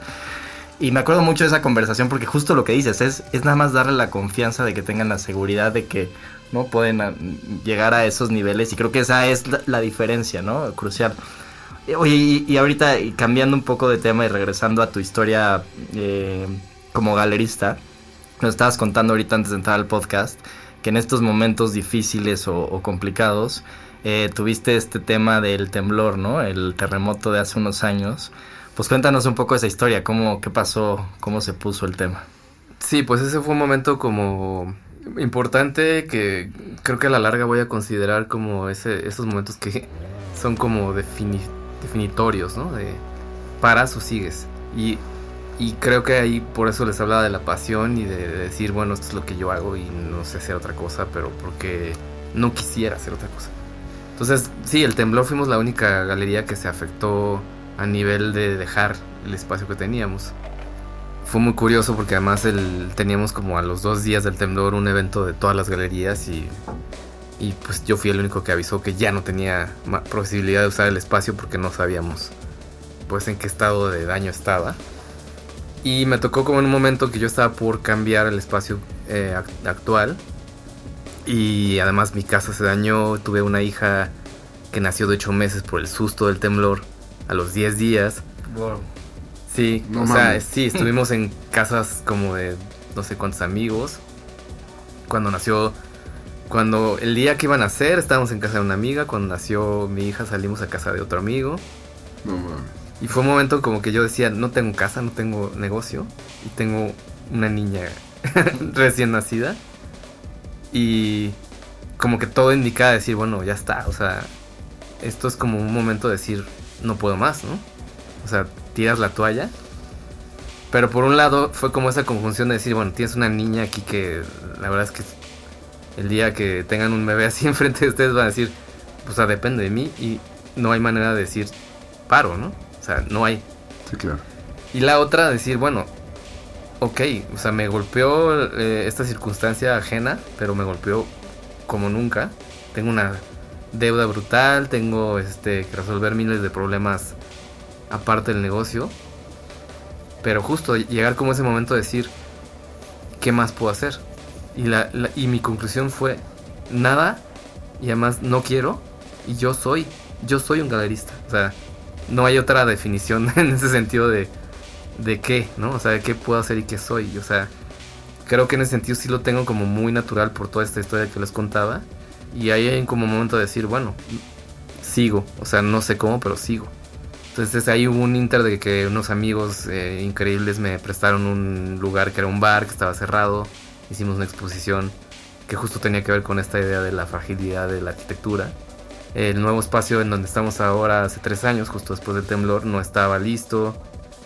Y me acuerdo mucho de esa conversación porque justo lo que dices es, es nada más darle la confianza de que tengan la seguridad de que no pueden a, llegar a esos niveles, y creo que esa es la, la diferencia, ¿no? Crucial. Oye, y, y ahorita y cambiando un poco de tema y regresando a tu historia eh, como galerista, nos estabas contando ahorita antes de entrar al podcast que en estos momentos difíciles o, o complicados eh, tuviste este tema del temblor, ¿no? El terremoto de hace unos años. Pues cuéntanos un poco esa historia, cómo, qué pasó, cómo se puso el tema. Sí, pues ese fue un momento como importante que creo que a la larga voy a considerar como ese, esos momentos que son como defini, definitorios, ¿no? De paras o sigues. Y, y creo que ahí por eso les hablaba de la pasión y de, de decir, bueno, esto es lo que yo hago y no sé hacer otra cosa, pero porque no quisiera hacer otra cosa. Entonces, sí, el temblor fuimos la única galería que se afectó a nivel de dejar el espacio que teníamos. Fue muy curioso porque además el, teníamos como a los dos días del temblor un evento de todas las galerías y, y pues yo fui el único que avisó que ya no tenía posibilidad de usar el espacio porque no sabíamos pues en qué estado de daño estaba. Y me tocó como en un momento que yo estaba por cambiar el espacio eh, actual y además mi casa se dañó. Tuve una hija que nació de ocho meses por el susto del temblor a los diez días. Wow. Sí, no o mames. sea, sí, estuvimos en casas como de no sé cuántos amigos. Cuando nació, cuando el día que iban a nacer estábamos en casa de una amiga. Cuando nació mi hija salimos a casa de otro amigo. No mames. Y fue un momento como que yo decía, no tengo casa, no tengo negocio y tengo una niña recién nacida. Y como que todo indicaba decir, bueno, ya está, o sea, esto es como un momento de decir, no puedo más, ¿no? O sea, tiras la toalla. Pero por un lado fue como esa conjunción de decir, bueno, tienes una niña aquí que la verdad es que el día que tengan un bebé así enfrente de ustedes van a decir, pues, o sea, depende de mí y no hay manera de decir paro, ¿no? O sea, no hay. Sí, claro. Y la otra decir, bueno, ok, o sea, me golpeó eh, esta circunstancia ajena, pero me golpeó como nunca. Tengo una deuda brutal, tengo este que resolver miles de problemas aparte del negocio. Pero justo llegar como ese momento de decir, ¿qué más puedo hacer? Y, la, la, y mi conclusión fue, nada, y además no quiero, y yo soy, yo soy un galerista. O sea, no hay otra definición en ese sentido de, de qué, ¿no? O sea, de qué puedo hacer y qué soy. O sea, creo que en ese sentido sí lo tengo como muy natural por toda esta historia que les contaba. Y ahí hay como un momento de decir, bueno, sigo. O sea, no sé cómo, pero sigo. Entonces ahí hubo un inter de que unos amigos eh, increíbles me prestaron un lugar que era un bar que estaba cerrado. Hicimos una exposición que justo tenía que ver con esta idea de la fragilidad de la arquitectura. El nuevo espacio en donde estamos ahora hace tres años, justo después del temblor, no estaba listo.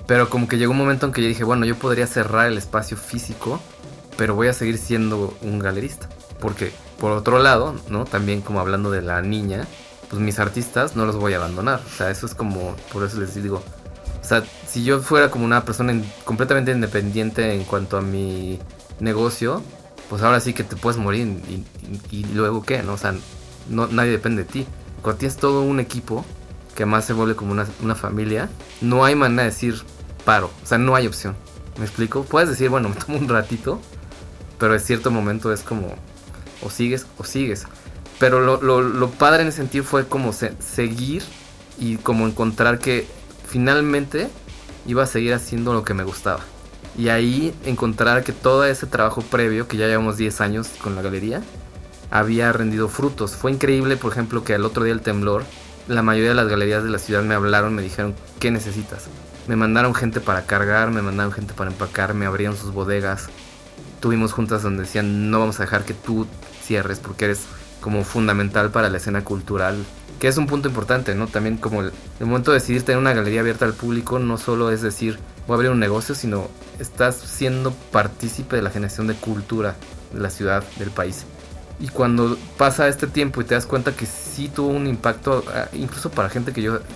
Pero como que llegó un momento en que yo dije, bueno, yo podría cerrar el espacio físico, pero voy a seguir siendo un galerista. Porque, por otro lado, ¿no? También como hablando de la niña, pues mis artistas no los voy a abandonar. O sea, eso es como, por eso les digo, o sea, si yo fuera como una persona in- completamente independiente en cuanto a mi negocio, pues ahora sí que te puedes morir y, y, y luego qué, ¿no? O sea, no, nadie depende de ti. Cuando tienes todo un equipo que además se vuelve como una, una familia, no hay manera de decir paro, o sea, no hay opción. ¿Me explico? Puedes decir, bueno, me tomo un ratito, pero en cierto momento es como, o sigues o sigues. Pero lo, lo, lo padre en ese sentido fue como se, seguir y como encontrar que finalmente iba a seguir haciendo lo que me gustaba. Y ahí encontrar que todo ese trabajo previo, que ya llevamos diez años con la galería, había rendido frutos. Fue increíble, por ejemplo, que al otro día del temblor, la mayoría de las galerías de la ciudad me hablaron, me dijeron, ¿qué necesitas? Me mandaron gente para cargar, me mandaron gente para empacar, me abrieron sus bodegas. Tuvimos juntas donde decían, no vamos a dejar que tú cierres porque eres como fundamental para la escena cultural, que es un punto importante, ¿no? También como el, el momento de decidir tener una galería abierta al público no solo es decir, voy a abrir un negocio, sino estás siendo partícipe de la generación de cultura de la ciudad, del país. Y cuando pasa este tiempo y te das cuenta que sí tuvo un impacto, incluso para gente que yo,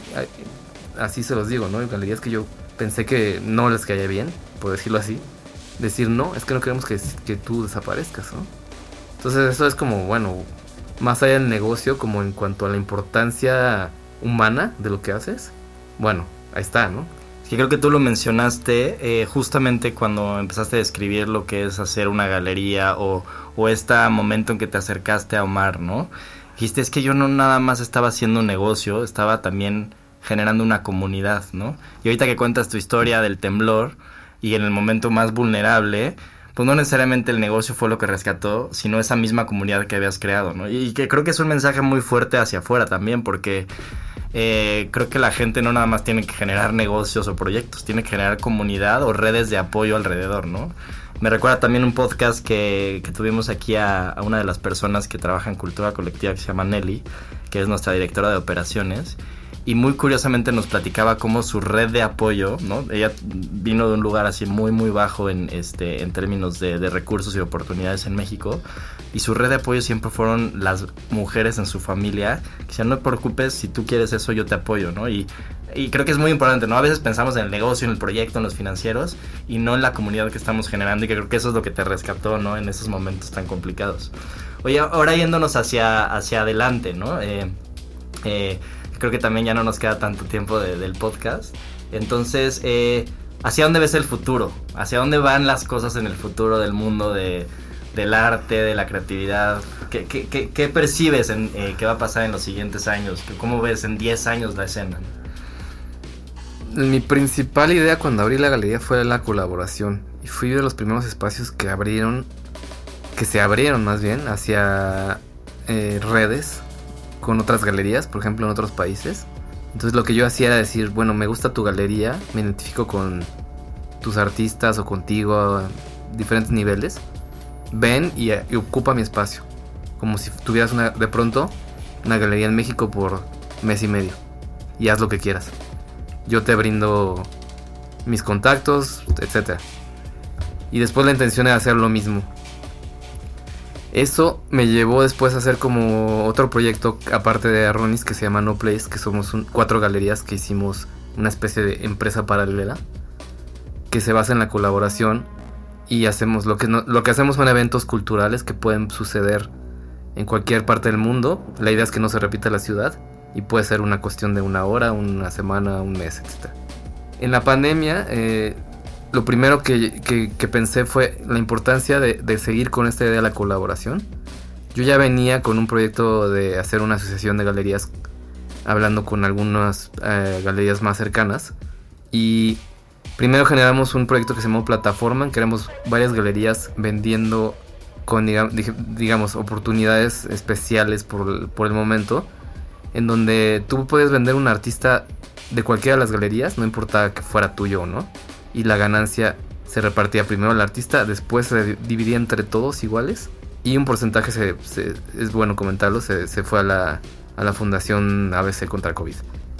así se los digo, ¿no? Galerías que yo pensé que no les caía bien, por decirlo así. Decir, no, es que no queremos que, que tú desaparezcas, ¿no? Entonces eso es como, bueno, más allá del negocio, como en cuanto a la importancia humana de lo que haces, bueno, ahí está, ¿no? Sí, creo que tú lo mencionaste eh, justamente cuando empezaste a describir lo que es hacer una galería o, o este momento en que te acercaste a Omar, ¿no? Dijiste, es que yo no nada más estaba haciendo un negocio, estaba también generando una comunidad, ¿no? Y ahorita que cuentas tu historia del temblor y en el momento más vulnerable, pues no necesariamente el negocio fue lo que rescató, sino esa misma comunidad que habías creado, ¿no? Y que creo que es un mensaje muy fuerte hacia afuera también, porque eh, creo que la gente no nada más tiene que generar negocios o proyectos, tiene que generar comunidad o redes de apoyo alrededor, ¿no? Me recuerda también un podcast que, que tuvimos aquí a, a una de las personas que trabaja en cultura colectiva, que se llama Nelly, que es nuestra directora de operaciones. Y muy curiosamente nos platicaba cómo su red de apoyo, ¿no? Ella vino de un lugar así muy muy bajo en este en términos de, de recursos y oportunidades en México, y su red de apoyo siempre fueron las mujeres en su familia que decían, no te preocupes, si tú quieres eso yo te apoyo, ¿no? Y, y creo que es muy importante, ¿no? A veces pensamos en el negocio, en el proyecto, en los financieros y no en la comunidad que estamos generando, y que creo que eso es lo que te rescató, ¿no? En esos momentos tan complicados. Oye, ahora yéndonos hacia, hacia adelante, ¿no? Eh, eh, creo que también ya no nos queda tanto tiempo de, del podcast. Entonces, eh, ¿hacia dónde ves el futuro? ¿Hacia dónde van las cosas en el futuro del mundo de, del arte, de la creatividad? ¿Qué, qué, qué, qué percibes en, eh, que va a pasar en los siguientes años? ¿Cómo ves en diez años la escena? Mi principal idea cuando abrí la galería fue la colaboración. Y fui de los primeros espacios que abrieron, que se abrieron más bien, hacia eh, redes con otras galerías, por ejemplo en otros países. Entonces lo que yo hacía era decir, bueno, me gusta tu galería, me identifico con tus artistas o contigo a diferentes niveles, ven y, y ocupa mi espacio, como si tuvieras una, de pronto una galería en México por mes y medio, y haz lo que quieras, yo te brindo mis contactos, etcétera. Y después la intención era hacer lo mismo. Eso me llevó después a hacer como otro proyecto aparte de Arronis que se llama No Place, que somos un, cuatro galerías que hicimos una especie de empresa paralela que se basa en la colaboración, y hacemos lo que no, lo que hacemos son eventos culturales que pueden suceder en cualquier parte del mundo. La idea es que no se repita la ciudad y puede ser una cuestión de una hora, una semana, un mes, etcétera. En la pandemia eh, lo primero que, que, que pensé fue la importancia de, de seguir con esta idea de la colaboración. Yo ya venía con un proyecto de hacer una asociación de galerías, hablando con algunas eh, galerías más cercanas, y primero generamos un proyecto que se llamó Plataforma, en que éramos varias galerías vendiendo con digamos oportunidades especiales por, por el momento, en donde tú puedes vender un artista de cualquiera de las galerías, no importa que fuera tuyo o no, y la ganancia se repartía primero al artista, después se dividía entre todos iguales, y un porcentaje, se, se, es bueno comentarlo, se, se fue a la, a la fundación A B C contra COVID.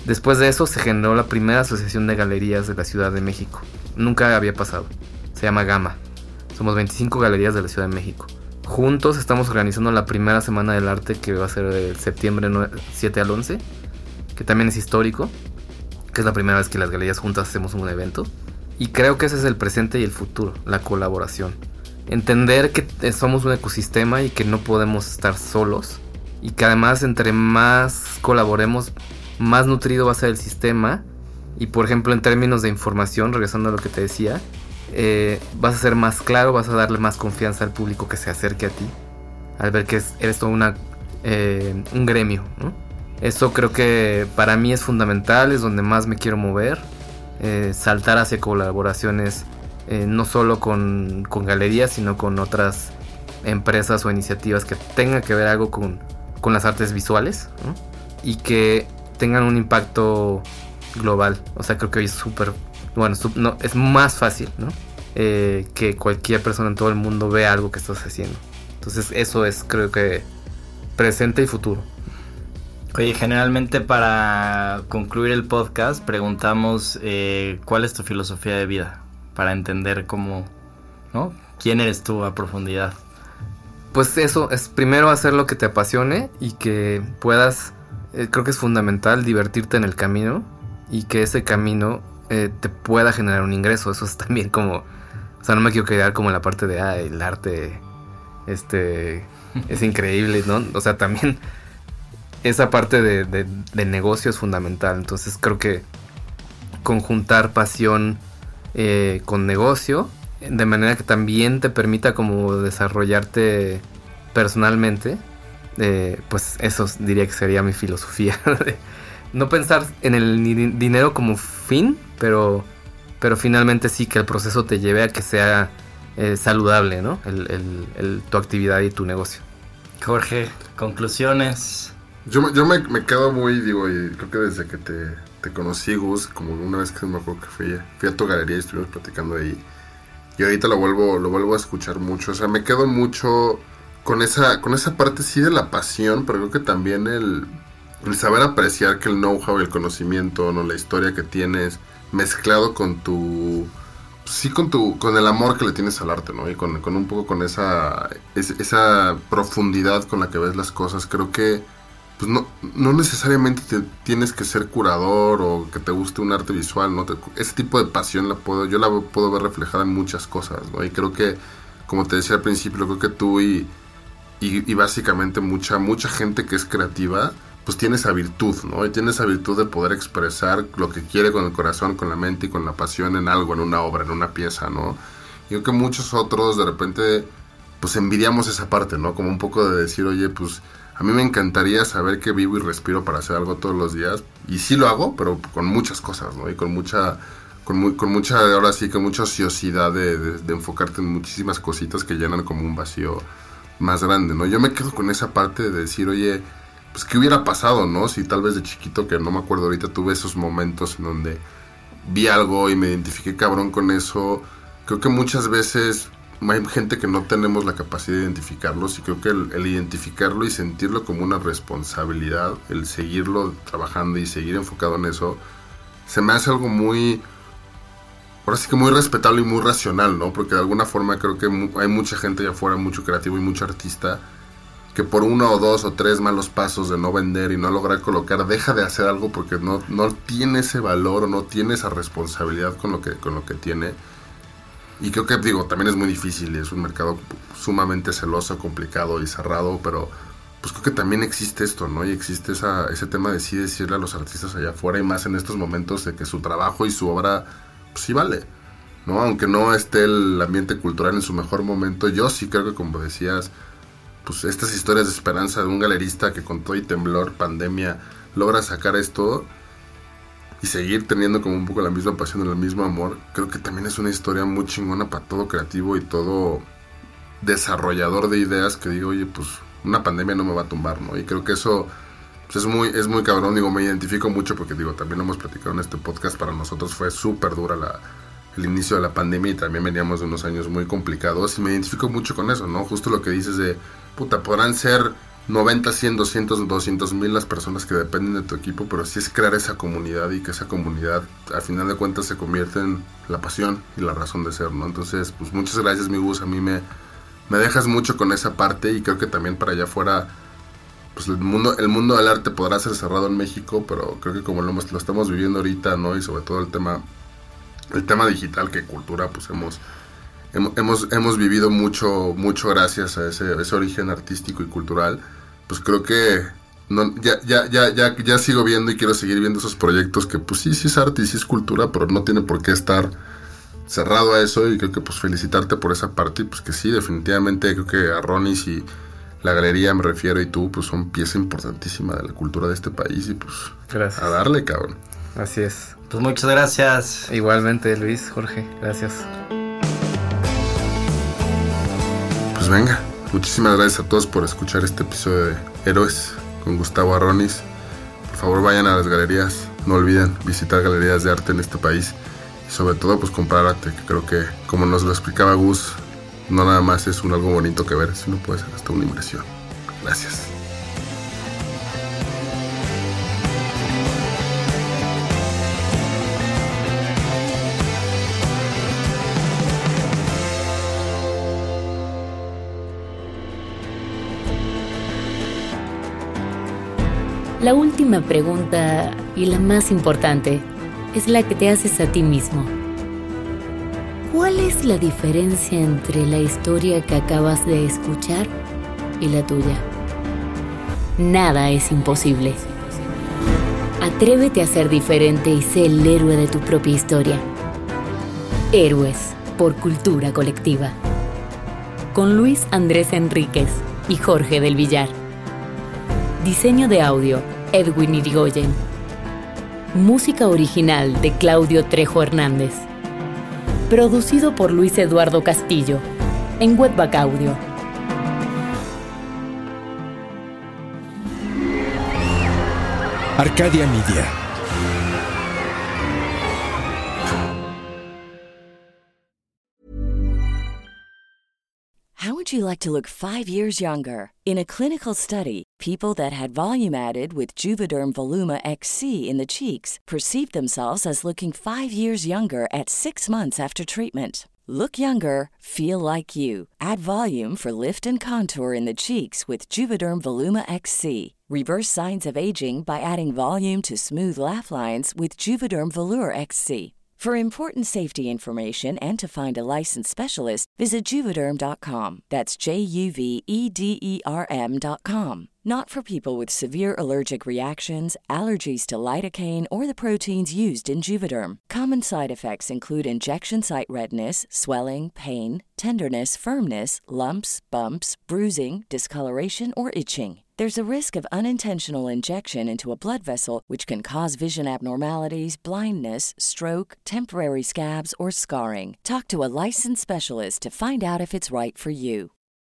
Después de eso se generó la primera asociación de galerías de la Ciudad de México. Nunca había pasado. Se llama Gama. Somos veinticinco galerías de la Ciudad de México. Juntos estamos organizando la primera Semana del Arte, que va a ser de septiembre siete al once, que también es histórico, que es la primera vez que las galerías juntas hacemos un evento. Y creo que ese es el presente y el futuro, la colaboración. Entender que somos un ecosistema y que no podemos estar solos, y que además entre más colaboremos, más nutrido va a ser el sistema. Y por ejemplo, en términos de información, regresando a lo que te decía, eh, vas a ser más claro, vas a darle más confianza al público que se acerque a ti, al ver que es, eres todo una, eh, un gremio, ¿no? Eso creo que para mí es fundamental, es donde más me quiero mover, eh, saltar hacia colaboraciones, eh, no solo con, con galerías, sino con otras empresas o iniciativas que tengan que ver algo con, con las artes visuales, ¿no? Y que tengan un impacto global. O sea, creo que hoy es súper, bueno, sub, no, es más fácil, ¿no? Eh, que cualquier persona en todo el mundo vea algo que estás haciendo. Entonces eso es, creo que, presente y futuro. Oye, generalmente para concluir el podcast preguntamos eh, ¿cuál es tu filosofía de vida? Para entender cómo, ¿no? ¿Quién eres tú a profundidad? Pues eso, es primero hacer lo que te apasione y que puedas, eh, creo que es fundamental divertirte en el camino y que ese camino eh, te pueda generar un ingreso. Eso es también como, o sea, no me quiero quedar como en la parte de, ah, el arte, este, es increíble, ¿no? O sea, también esa parte de, de, de negocio es fundamental. Entonces creo que conjuntar pasión eh, con negocio, de manera que también te permita como desarrollarte personalmente, eh, pues eso diría que sería mi filosofía. No pensar en el ni- dinero como fin, pero, pero finalmente sí que el proceso te lleve a que sea eh, saludable, ¿no? El, el, el, tu actividad y tu negocio. Jorge, conclusiones. Yo, me- yo me, me quedo muy, digo, y creo que desde que te, te conocí, Gus, como una vez que me acuerdo que fui, fui a tu galería y estuvimos platicando ahí, y ahorita lo vuelvo, lo vuelvo a escuchar mucho. O sea, me quedo mucho con esa, con esa parte sí de la pasión, pero creo que también el, el saber apreciar que el know-how y el conocimiento, ¿no? La historia que tienes, mezclado con tu, sí, con tu, con el amor que le tienes al arte, ¿no? Y con, con un poco con esa, es, esa profundidad con la que ves las cosas. Creo que pues no, no necesariamente te tienes que ser curador o que te guste un arte visual, ¿no? Te, ese tipo de pasión la puedo, yo la puedo ver reflejada en muchas cosas, ¿no? Y creo que, como te decía al principio, creo que tú y, y, y básicamente mucha, mucha gente que es creativa, pues tiene esa virtud, ¿no? Y tiene esa virtud de poder expresar lo que quiere con el corazón, con la mente y con la pasión en algo, en una obra, en una pieza, ¿no? Y creo que muchos otros de repente, pues envidiamos esa parte, ¿no? Como un poco de decir, oye, pues a mí me encantaría saber que vivo y respiro para hacer algo todos los días. Y sí lo hago, pero con muchas cosas, ¿no? Y con mucha, con, muy, con mucha, ahora sí, con mucha ociosidad de, de, de enfocarte en muchísimas cositas que llenan como un vacío más grande, ¿no? Yo me quedo con esa parte de decir, oye, pues qué hubiera pasado, ¿no? Si tal vez de chiquito, que no me acuerdo ahorita, tuve esos momentos en donde vi algo y me identifiqué cabrón con eso. Creo que muchas veces hay gente que no tenemos la capacidad de identificarlos, y creo que el, el identificarlo y sentirlo como una responsabilidad, el seguirlo trabajando y seguir enfocado en eso, se me hace algo muy, ahora sí que muy respetable y muy racional, ¿no? Porque de alguna forma creo que mu- hay mucha gente allá afuera, mucho creativo y mucho artista, que por uno o dos o tres malos pasos de no vender y no lograr colocar, deja de hacer algo porque no, no tiene ese valor o no tiene esa responsabilidad con lo que, con lo que tiene. Y creo que, digo, también es muy difícil y es un mercado sumamente celoso, complicado y cerrado, pero pues creo que también existe esto, ¿no? Y existe esa, ese tema de sí decirle a los artistas allá afuera, y más en estos momentos, de que su trabajo y su obra, pues sí vale, ¿no? Aunque no esté el ambiente cultural en su mejor momento, yo sí creo que, como decías, pues estas historias de esperanza de un galerista que con todo y temblor, pandemia, logra sacar esto y seguir teniendo como un poco la misma pasión, el mismo amor, creo que también es una historia muy chingona para todo creativo y todo desarrollador de ideas que digo, oye, pues una pandemia no me va a tumbar, ¿no? Y creo que eso pues es muy es muy cabrón, digo, me identifico mucho porque, digo, también lo hemos platicado en este podcast, para nosotros fue súper dura la, el inicio de la pandemia y también veníamos de unos años muy complicados, y me identifico mucho con eso, ¿no? Justo lo que dices de, puta, podrán ser noventa, cien, doscientos, doscientos mil las personas que dependen de tu equipo, pero sí es crear esa comunidad y que esa comunidad al final de cuentas se convierte en la pasión y la razón de ser, ¿no? Entonces, pues muchas gracias, mi Gus, a mí me, me dejas mucho con esa parte y creo que también para allá afuera, pues el mundo, el mundo del arte podrá ser cerrado en México, pero creo que como lo, lo estamos viviendo ahorita, ¿no? Y sobre todo el tema, el tema digital que cultura, pues hemos... Hemos, hemos vivido mucho, mucho gracias a ese, ese origen artístico y cultural. Pues creo que no, ya, ya, ya, ya, ya sigo viendo y quiero seguir viendo esos proyectos que pues sí, sí es arte y sí es cultura, pero no tiene por qué estar cerrado a eso. Y creo que pues felicitarte por esa parte. Y pues que sí, definitivamente creo que Arronis y la galería, me refiero, y tú, pues son pieza importantísima de la cultura de este país. Y pues gracias. A darle, cabrón. Así es. Pues muchas gracias. Igualmente, Luis, Jorge, gracias. Pues venga, muchísimas gracias a todos por escuchar este episodio de Héroes con Gustavo Arronis. Por favor, vayan a las galerías, no olviden visitar galerías de arte en este país y sobre todo pues comprar arte, que creo que como nos lo explicaba Gus, no nada más es un algo bonito que ver, sino puede ser hasta una inversión. Gracias. La última pregunta, y la más importante, es la que te haces a ti mismo. ¿Cuál es la diferencia entre la historia que acabas de escuchar y la tuya? Nada es imposible. Atrévete a ser diferente y sé el héroe de tu propia historia. Héroes por Cultura Colectiva. Con Luis Andrés Enríquez y Jorge del Villar. Diseño de audio, Edwin Irigoyen. Música original de Claudio Trejo Hernández. Producido por Luis Eduardo Castillo, en Webback Audio. Arcadia Media. How would you like to look five years younger? In a clinical study, people that had volume added with Juvederm Voluma X C in the cheeks perceived themselves as looking five years younger at six months after treatment. Look younger, feel like you. Add volume for lift and contour in the cheeks with Juvederm Voluma X C. Reverse signs of aging by adding volume to smooth laugh lines with Juvederm Volure X C. For important safety information and to find a licensed specialist, visit Juvederm dot com. That's J U V E D E R M dot com. Not for people with severe allergic reactions, allergies to lidocaine, or the proteins used in Juvederm. Common side effects include injection site redness, swelling, pain, tenderness, firmness, lumps, bumps, bruising, discoloration, or itching. There's a risk of unintentional injection into a blood vessel, which can cause vision abnormalities, blindness, stroke, temporary scabs, or scarring. Talk to a licensed specialist to find out if it's right for you.